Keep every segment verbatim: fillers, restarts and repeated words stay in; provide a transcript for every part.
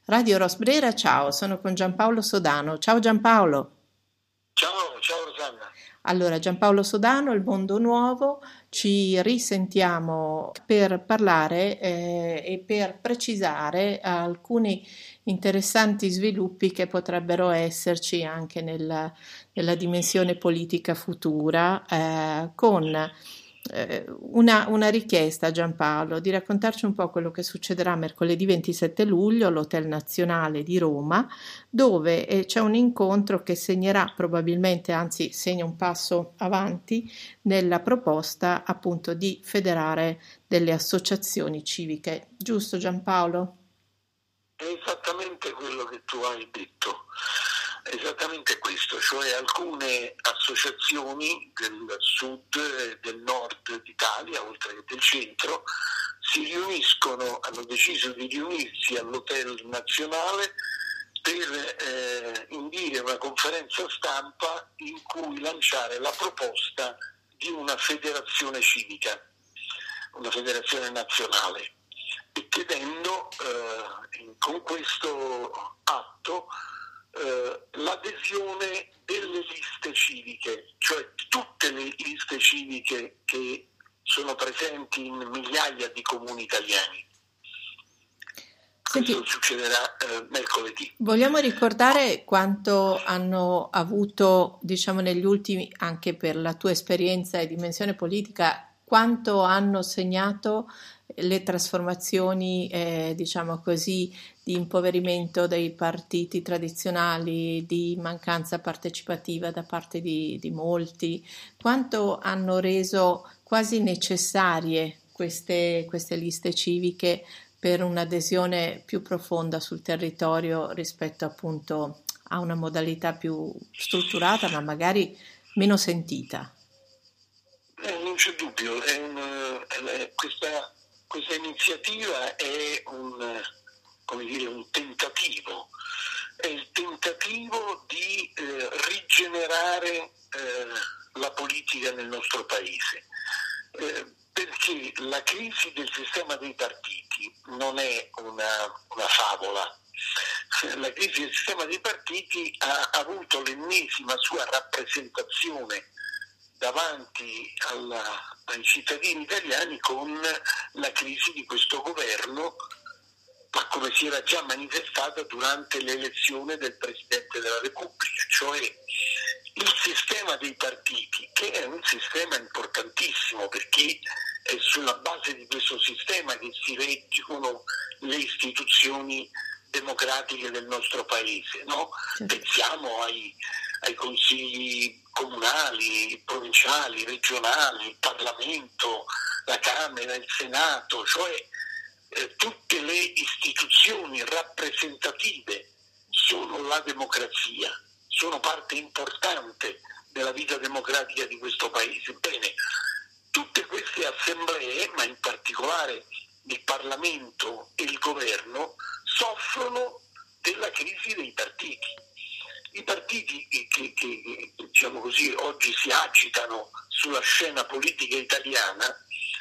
Radio Rosbrera, ciao, sono con Giampaolo Sodano. Ciao Giampaolo. Ciao, ciao Rosanna. Allora, Giampaolo Sodano, Il Mondo Nuovo, ci risentiamo per parlare eh, e per precisare alcuni interessanti sviluppi che potrebbero esserci anche nel- nella dimensione politica futura, eh, con eh, una, una richiesta, Giampaolo, di raccontarci un po' quello che succederà mercoledì ventisette luglio all'Hotel Nazionale di Roma, dove eh, c'è un incontro che segnerà probabilmente, anzi segna un passo avanti nella proposta appunto di federare delle associazioni civiche. Giusto Giampaolo? È esattamente quello che tu hai detto, è esattamente questo, cioè alcune associazioni del sud e del nord d'Italia, oltre che del centro, si riuniscono, hanno deciso di riunirsi all'Hotel Nazionale per eh, indire una conferenza stampa in cui lanciare la proposta di una federazione civica, una federazione nazionale, e chiedendo eh, con questo atto eh, l'adesione delle liste civiche, cioè tutte le liste civiche che sono presenti in migliaia di comuni italiani. Senti, Questo succederà eh, mercoledì. vogliamo ricordare quanto hanno avuto, diciamo, negli ultimi, anche per la tua esperienza e dimensione politica, quanto hanno segnato le trasformazioni, eh, diciamo così, di impoverimento dei partiti tradizionali, di mancanza partecipativa da parte di, di molti, quanto hanno reso quasi necessarie queste, queste liste civiche per un'adesione più profonda sul territorio rispetto appunto a una modalità più strutturata, ma magari meno sentita. Eh, non c'è dubbio, è un, eh, questa, questa iniziativa è un, come dire, un tentativo, è il tentativo di eh, rigenerare eh, la politica nel nostro paese, eh, perché la crisi del sistema dei partiti non è una, una favola. La crisi del sistema dei partiti ha avuto l'ennesima sua rappresentazione davanti alla, ai cittadini italiani con la crisi di questo governo, ma come si era già manifestata durante l'elezione del Presidente della Repubblica, cioè il sistema dei partiti, che è un sistema importantissimo perché è sulla base di questo sistema che si reggono le istituzioni democratiche del nostro paese, no? Certo. Pensiamo ai, ai consigli comunali, provinciali, regionali, il Parlamento, la Camera, il Senato, cioè eh, tutte le istituzioni rappresentative sono la democrazia, sono parte importante della vita democratica di questo paese. Bene, tutte queste assemblee, ma in particolare il Parlamento e il governo, soffrono della crisi dei partiti. I partiti che, che, che diciamo così, oggi si agitano sulla scena politica italiana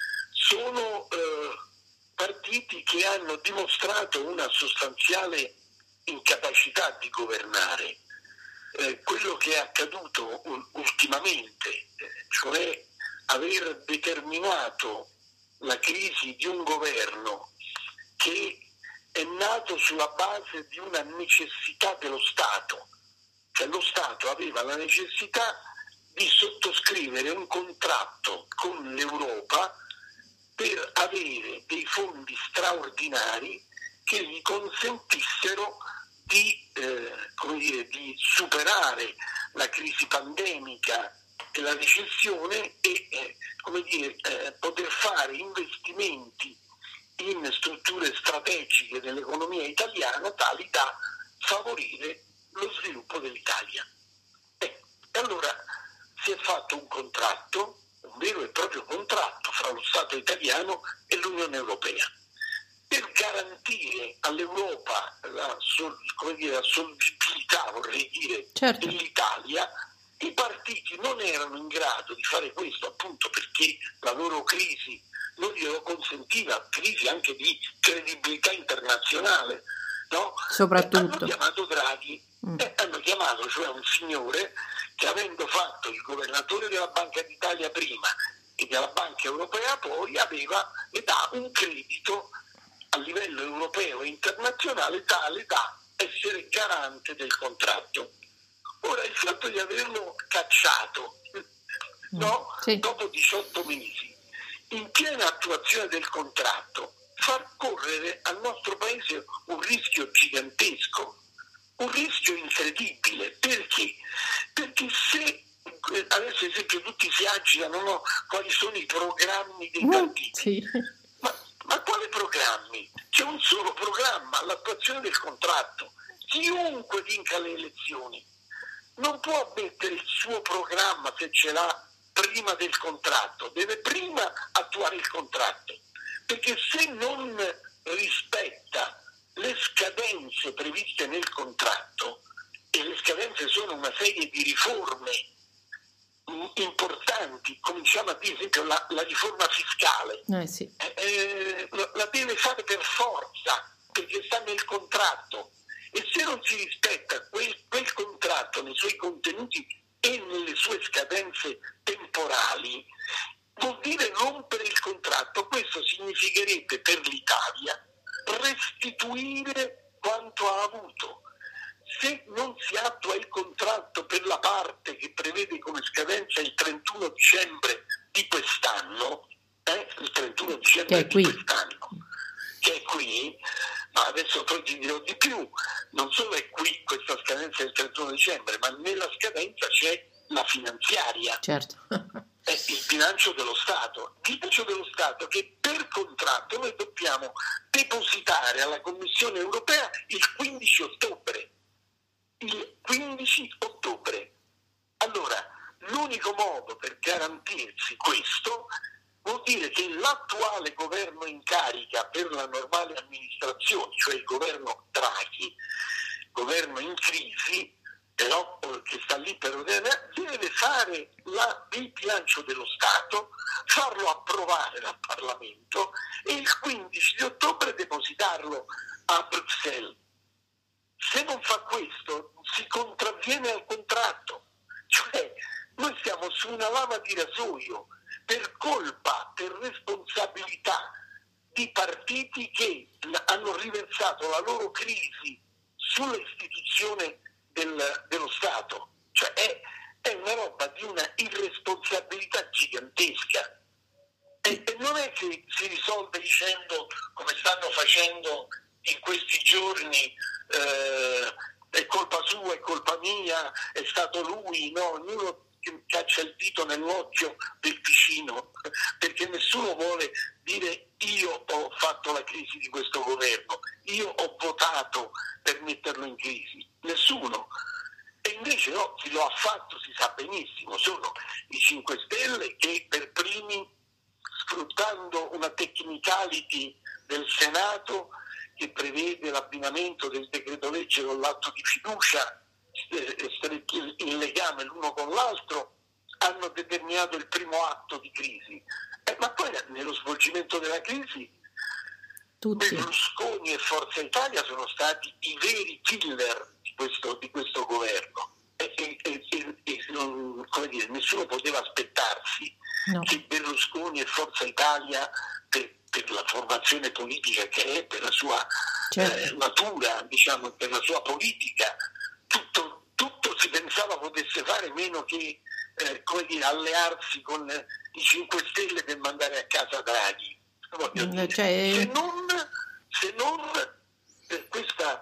sono eh, partiti che hanno dimostrato una sostanziale incapacità di governare. Eh, quello che è accaduto ultimamente, eh, cioè aver determinato la crisi di un governo che è nato sulla base di una necessità dello Stato, cioè lo Stato aveva la necessità di sottoscrivere un contratto con l'Europa per avere dei fondi straordinari che gli consentissero di, eh, come dire, di superare la crisi pandemica e la recessione e eh, come dire, eh, poter fare investimenti in strutture strategiche dell'economia italiana tali da favorire lo sviluppo dell'Italia. Eh, e allora si è fatto un contratto, un vero e proprio contratto fra lo Stato italiano e l'Unione Europea, per garantire all'Europa la, sol, come dire, la solvibilità, vorrei dire, Certo. dell'Italia. I partiti non erano in grado di fare questo appunto perché la loro crisi non glielo consentiva, crisi anche di credibilità internazionale. no? Soprattutto. Hanno chiamato Draghi, mm. e hanno chiamato cioè un signore che, avendo fatto il governatore della Banca d'Italia prima e della Banca Europea poi, aveva e dà un credito a livello europeo e internazionale tale da essere garante del contratto. Ora, il fatto di averlo cacciato, no? Sì. Dopo diciotto mesi, in piena attuazione del contratto, far correre al nostro paese un rischio gigantesco, un rischio incredibile. Perché? Perché se adesso ad esempio tutti si agitano, no? Quali sono i programmi dei partiti? Sì. Ma, ma quali programmi? C'è un solo programma, l'attuazione del contratto. Chiunque vinca le elezioni non può mettere il suo programma, se ce l'ha, prima del contratto, deve prima attuare il contratto, perché se non rispetta le scadenze previste nel contratto, e le scadenze sono una serie di riforme importanti, cominciamo a dire, ad esempio, la, la riforma fiscale, eh sì. eh, la deve fare per forza, perché sta nel contratto, e se non si rispetta quel, quel contratto nei suoi contenuti e nelle sue scadenze temporali, vuol dire rompere il contratto. Questo significherebbe per l'Italia restituire quanto ha avuto. Se non si attua il contratto per la parte che prevede come scadenza il trentuno dicembre di quest'anno, eh, il trentuno dicembre di quest'anno, che è qui, ma adesso poi ti dirò di più, non solo è qui questa scadenza del trentuno dicembre, ma nella scadenza c'è la finanziaria, certo. È il bilancio dello Stato, il bilancio dello Stato che per contratto noi dobbiamo depositare alla Commissione Europea il quindici ottobre. Il quindici ottobre. Allora, l'unico modo per garantirsi questo vuol dire che l'attuale governo in carica per la normale amministrazione, cioè il governo Draghi, governo in crisi, però che sta lì per deve fare la, il bilancio dello Stato, farlo approvare dal Parlamento e il quindici di ottobre depositarlo a Bruxelles. Se non fa questo si contravviene al contratto, cioè noi siamo su una lava di rasoio per colpa, per responsabilità di partiti che hanno riversato la loro crisi sull'istituzione del, dello Stato, cioè è, è una roba di una irresponsabilità gigantesca e, e non è che si risolve dicendo, come stanno facendo in questi giorni, eh, è colpa sua, è colpa mia, è stato lui, no, ognuno caccia il dito nell'occhio del vicino, perché nessuno vuole dire io ho fatto la crisi di questo governo, io ho votato per metterlo in crisi, nessuno. E invece no, chi lo ha fatto si sa benissimo, sono i cinque Stelle che per primi, sfruttando una technicality del Senato che prevede l'abbinamento del decreto legge con l'atto di fiducia, stretti in legame l'uno con l'altro, hanno determinato il primo atto di crisi. Eh, ma poi nello svolgimento della crisi tutti. Berlusconi e Forza Italia sono stati i veri killer di questo, di questo governo e, e, e, e non, come dire, nessuno poteva aspettarsi no. che Berlusconi e Forza Italia, per, per la formazione politica che è, per la sua certo. eh, natura, diciamo, per la sua politica, tutto, tutto si pensava potesse fare meno che eh, come dire, allearsi con eh, i cinque Stelle per mandare a casa Draghi. Dire, cioè... se non, se non per, questa,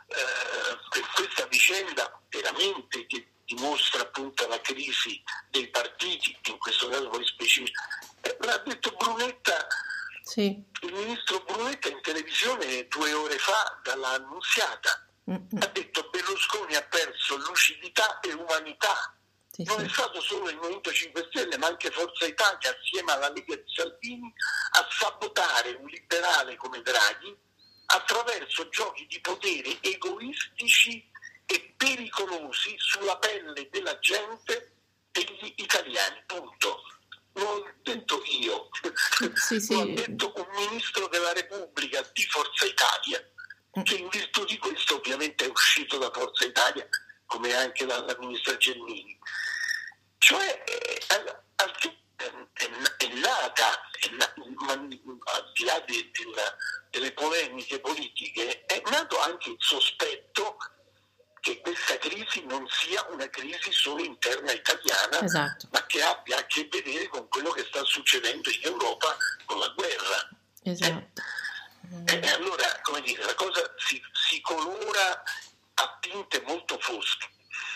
eh, per questa vicenda veramente che dimostra appunto la crisi dei partiti, in questo caso poi specifico, eh, l'ha detto Brunetta, sì. il ministro Brunetta in televisione due ore fa dalla Annunziata, mm-hmm. ha detto Berlusconi ha perso lucidità e umanità. Sì, non sì. è stato solo il Movimento cinque Stelle, ma anche Forza Italia, assieme alla Lega di Salvini, a sabotare un liberale come Draghi attraverso giochi di potere egoistici e pericolosi sulla pelle della gente, degli italiani, punto. Non l'ho detto io, sì, sì. l'ho detto un ministro della Repubblica di Forza Italia che in virtù di questo ovviamente è uscito da Forza Italia, come anche dalla ministra Gelmini. Cioè al, al, è, è nata, è na, ma, al di là de, de, delle polemiche politiche, è nato anche il sospetto che questa crisi non sia una crisi solo interna italiana, esatto, ma che abbia a che vedere con quello che sta succedendo in Europa con la guerra. esatto. E, e allora, come dire, la cosa si, si colora a tinte molto fosche.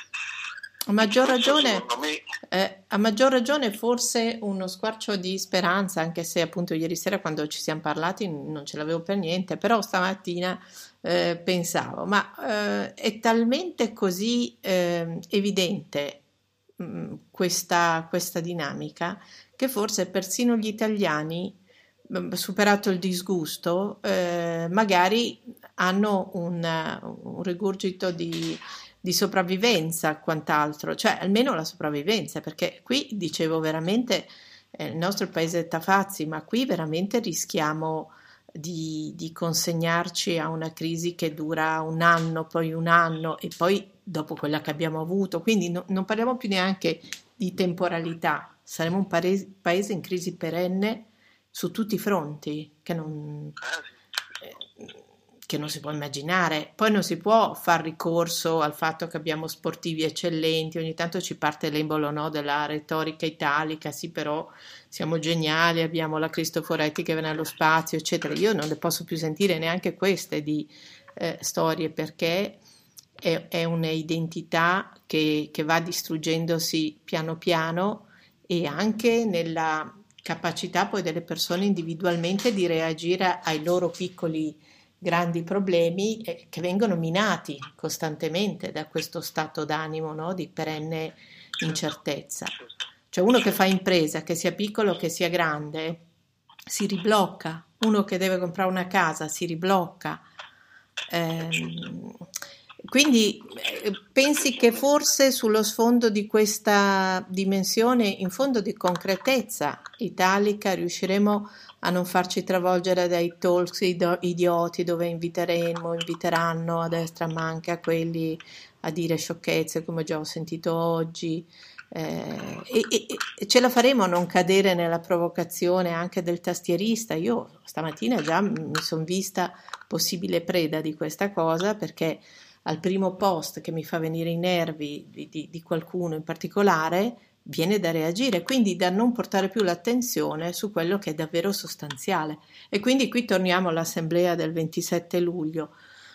A maggior Questo, ragione, me... eh, a maggior ragione forse uno squarcio di speranza, anche se appunto ieri sera quando ci siamo parlati non ce l'avevo per niente, però stamattina eh, pensavo, ma eh, è talmente così eh, evidente mh, questa, questa dinamica che forse persino gli italiani, mh, superato il disgusto, eh, magari hanno un, un rigurgito di di sopravvivenza, quant'altro, cioè almeno la sopravvivenza, perché qui dicevo veramente eh, il nostro è il paese dei tafazzi, ma qui veramente rischiamo di, di consegnarci a una crisi che dura un anno, poi un anno e poi dopo quella che abbiamo avuto, quindi no, non parliamo più neanche di temporalità, saremo un paese, paese in crisi perenne su tutti i fronti, che non... Eh, che non si può immaginare. Poi non si può far ricorso al fatto che abbiamo sportivi eccellenti, ogni tanto ci parte l'embolo, no, della retorica italica, sì però siamo geniali, abbiamo la Cristoforetti che va nello spazio, eccetera. Io non le posso più sentire neanche queste di eh, storie, perché è, è un'identità che, che va distruggendosi piano piano, e anche nella capacità poi delle persone individualmente di reagire ai loro piccoli grandi problemi eh, che vengono minati costantemente da questo stato d'animo, no? Di perenne incertezza. Cioè uno che fa impresa, che sia piccolo che sia grande, si riblocca, uno che deve comprare una casa si riblocca. Ehm, quindi eh, pensi che forse sullo sfondo di questa dimensione, in fondo di concretezza italica, riusciremo a non farci travolgere dai talks idioti dove inviteremo, inviteranno a destra a manca quelli a dire sciocchezze come già ho sentito oggi, eh, e, e, e ce la faremo a non cadere nella provocazione anche del tastierista. Io stamattina già mi sono vista possibile preda di questa cosa, perché al primo post che mi fa venire i nervi di, di, di qualcuno in particolare viene da reagire, quindi da non portare più l'attenzione su quello che è davvero sostanziale. E quindi qui torniamo all'assemblea del ventisette luglio.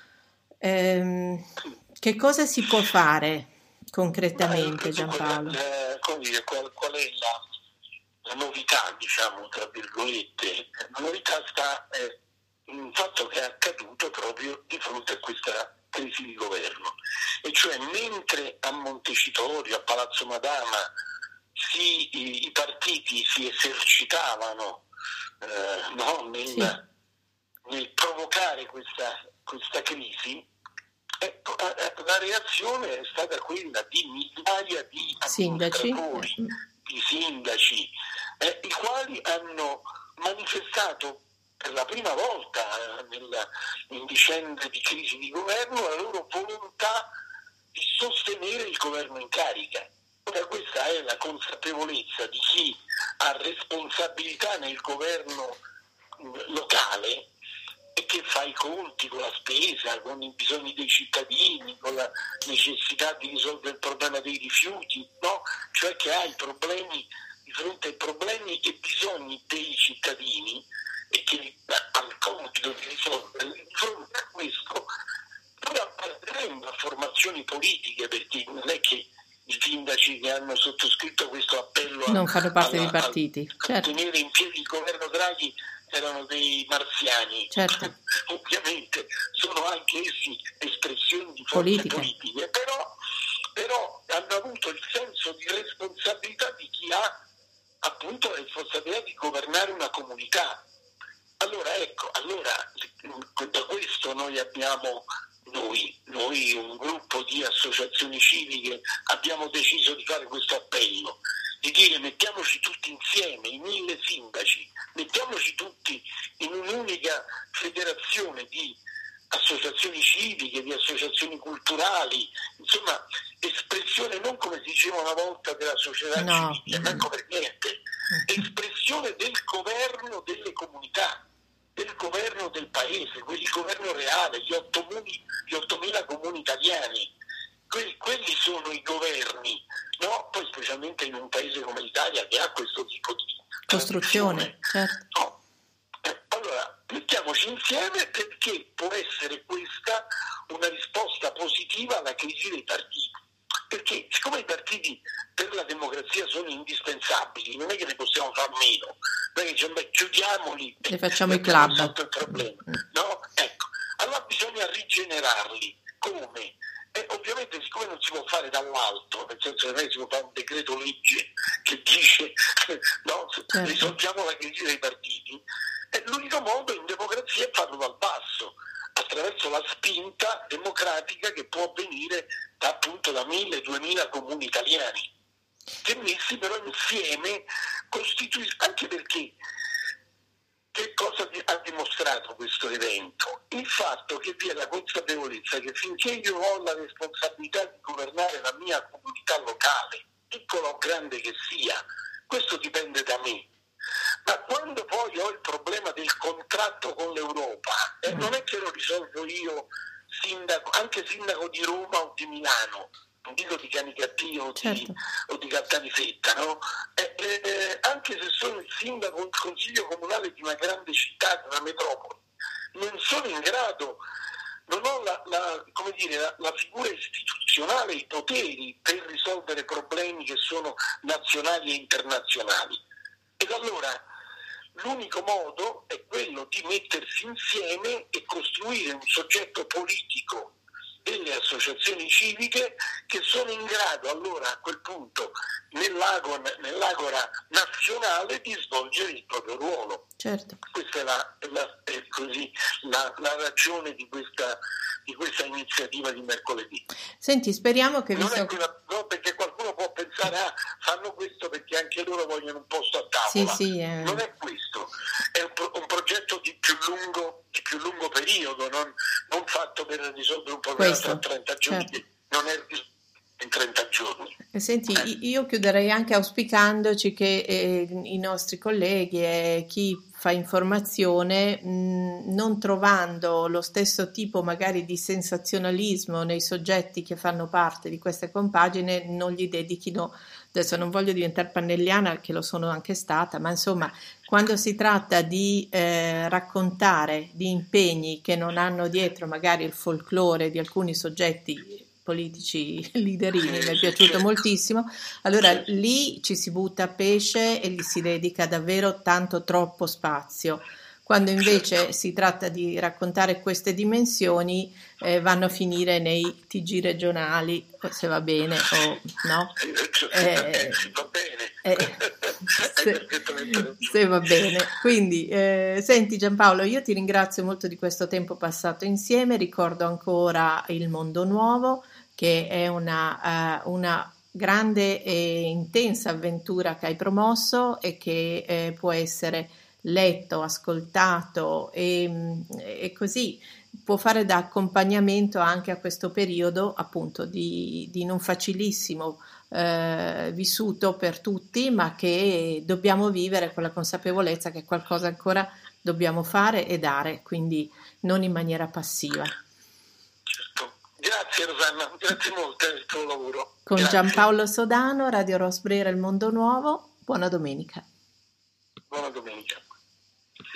Ehm, che cosa si può fare concretamente, Beh, Giampaolo? Eh, come dire, qual, qual è la, la novità, diciamo, tra virgolette? La novità sta eh, in un fatto che è accaduto proprio di fronte a questa crisi di governo, e cioè mentre a Montecitorio, a Palazzo Madama, si, i, i partiti si esercitavano eh, no, nel, sì. nel provocare questa, questa crisi, ecco, la reazione è stata quella di migliaia di amministratori, sindaci. di sindaci, eh, i quali hanno manifestato per la prima volta eh, nella, in vicende di crisi di governo la loro volontà di sostenere il governo in carica. Ora, questa è la consapevolezza di chi ha responsabilità nel governo mh, locale e che fa i conti con la spesa, con i bisogni dei cittadini, con la necessità di risolvere il problema dei rifiuti, no? Cioè che ha i problemi, di fronte ai problemi e bisogni dei cittadini, e che ha il compito di risolvere. Di fronte a questo poi appartenendo a formazioni politiche, perché non è che i sindaci che hanno sottoscritto questo appello non fanno parte alla, dei partiti, a certo. tenere in piedi il governo Draghi erano dei marziani, certo. Ovviamente sono anche essi espressioni di forze Politiche. politiche, però, però hanno avuto il senso di responsabilità di chi ha appunto la responsabilità di governare una comunità. Allora ecco, allora da questo noi abbiamo, noi, noi un gruppo di associazioni civiche abbiamo deciso di fare questo appello, di dire mettiamoci tutti insieme, i mille sindaci, mettiamoci tutti in un'unica federazione di associazioni civiche, di associazioni culturali, insomma espressione non, come si diceva una volta, della società no. civile, manco per niente, espressione del governo delle comunità, del governo del paese, quel governo reale, gli ottomila comuni italiani, quelli, quelli sono i governi, no? Poi specialmente in un paese come l'Italia che ha questo tipo di costruzione, certo. No. Allora, mettiamoci insieme, perché può essere questa una risposta positiva alla crisi dei partiti. Perché siccome i partiti per la democrazia sono indispensabili, non è che ne possiamo far meno, non è che diciamo, beh, chiudiamoli e facciamo i club sotto il problema, no? Ecco, allora bisogna rigenerarli. Come? E ovviamente siccome non si può fare dall'alto, nel senso che non si può fare un decreto legge che dice no, certo. risolviamo la crisi dei partiti, e l'unico modo in democrazia è farlo dal basso, attraverso la spinta democratica che può avvenire da, appunto da mille, duemila comuni italiani, che messi però insieme costituiscono, anche perché che cosa ha dimostrato questo evento? Il fatto che vi è la consapevolezza che finché io ho la responsabilità di governare la mia comunità locale, piccola o grande che sia, questo dipende da me. Ma quando poi ho il problema del contratto con l'Europa, eh, non è che lo risolvo io, sindaco, anche sindaco di Roma o di Milano, non dico di Canicattì o, certo. o di Caltanissetta, no? Eh, eh, anche se sono il sindaco o il consiglio comunale di una grande città, di una metropoli, non sono in grado, non ho la, la, come dire, la, la figura istituzionale, i poteri per risolvere problemi che sono nazionali e internazionali. Ed allora l'unico modo è quello di mettersi insieme e costruire un soggetto politico, delle associazioni civiche, che sono in grado allora a quel punto nell'agora, nell'agora nazionale di svolgere il proprio ruolo. Certo. Questa è, la, è, la, è così, la, la ragione di questa, di questa iniziativa di mercoledì. Senti, speriamo che... Non visto... è quella, no, perché qualcuno può pensare ah, fanno questo perché anche loro vogliono un posto a tavola. Sì, sì, eh. Non è questo, è un, pro, un progetto di più lungo, di più lungo periodo, non, non fatto per risolvere un problema questo, tra trenta giorni, certo. Non è in trenta giorni. Senti, eh. io chiuderei anche auspicandoci che eh, i nostri colleghi e chi fa informazione, mh, non trovando lo stesso tipo magari di sensazionalismo nei soggetti che fanno parte di queste compagine, non gli dedichino, adesso non voglio diventare pannelliana, che lo sono anche stata, ma insomma, quando si tratta di eh, raccontare di impegni che non hanno dietro magari il folklore di alcuni soggetti politici leaderini, mi è piaciuto moltissimo, allora lì ci si butta a pesce e gli si dedica davvero tanto troppo spazio. Quando invece si tratta di raccontare queste dimensioni eh, vanno a finire nei T G regionali, se va bene o no? Eh, va bene. Eh, se, se va bene. Quindi, eh, senti Giampaolo, io ti ringrazio molto di questo tempo passato insieme, ricordo ancora Il Mondo Nuovo, che è una, uh, una grande e intensa avventura che hai promosso e che eh, può essere letto, ascoltato e, e così può fare da accompagnamento anche a questo periodo appunto di, di non facilissimo eh, vissuto per tutti, ma che dobbiamo vivere con la consapevolezza che qualcosa ancora dobbiamo fare e dare, quindi non in maniera passiva. Certo. Grazie Rosanna, grazie molto per il tuo lavoro. Con grazie. Giampaolo Sodano, Radio Rosbrera Il Mondo Nuovo, buona domenica. Buona domenica.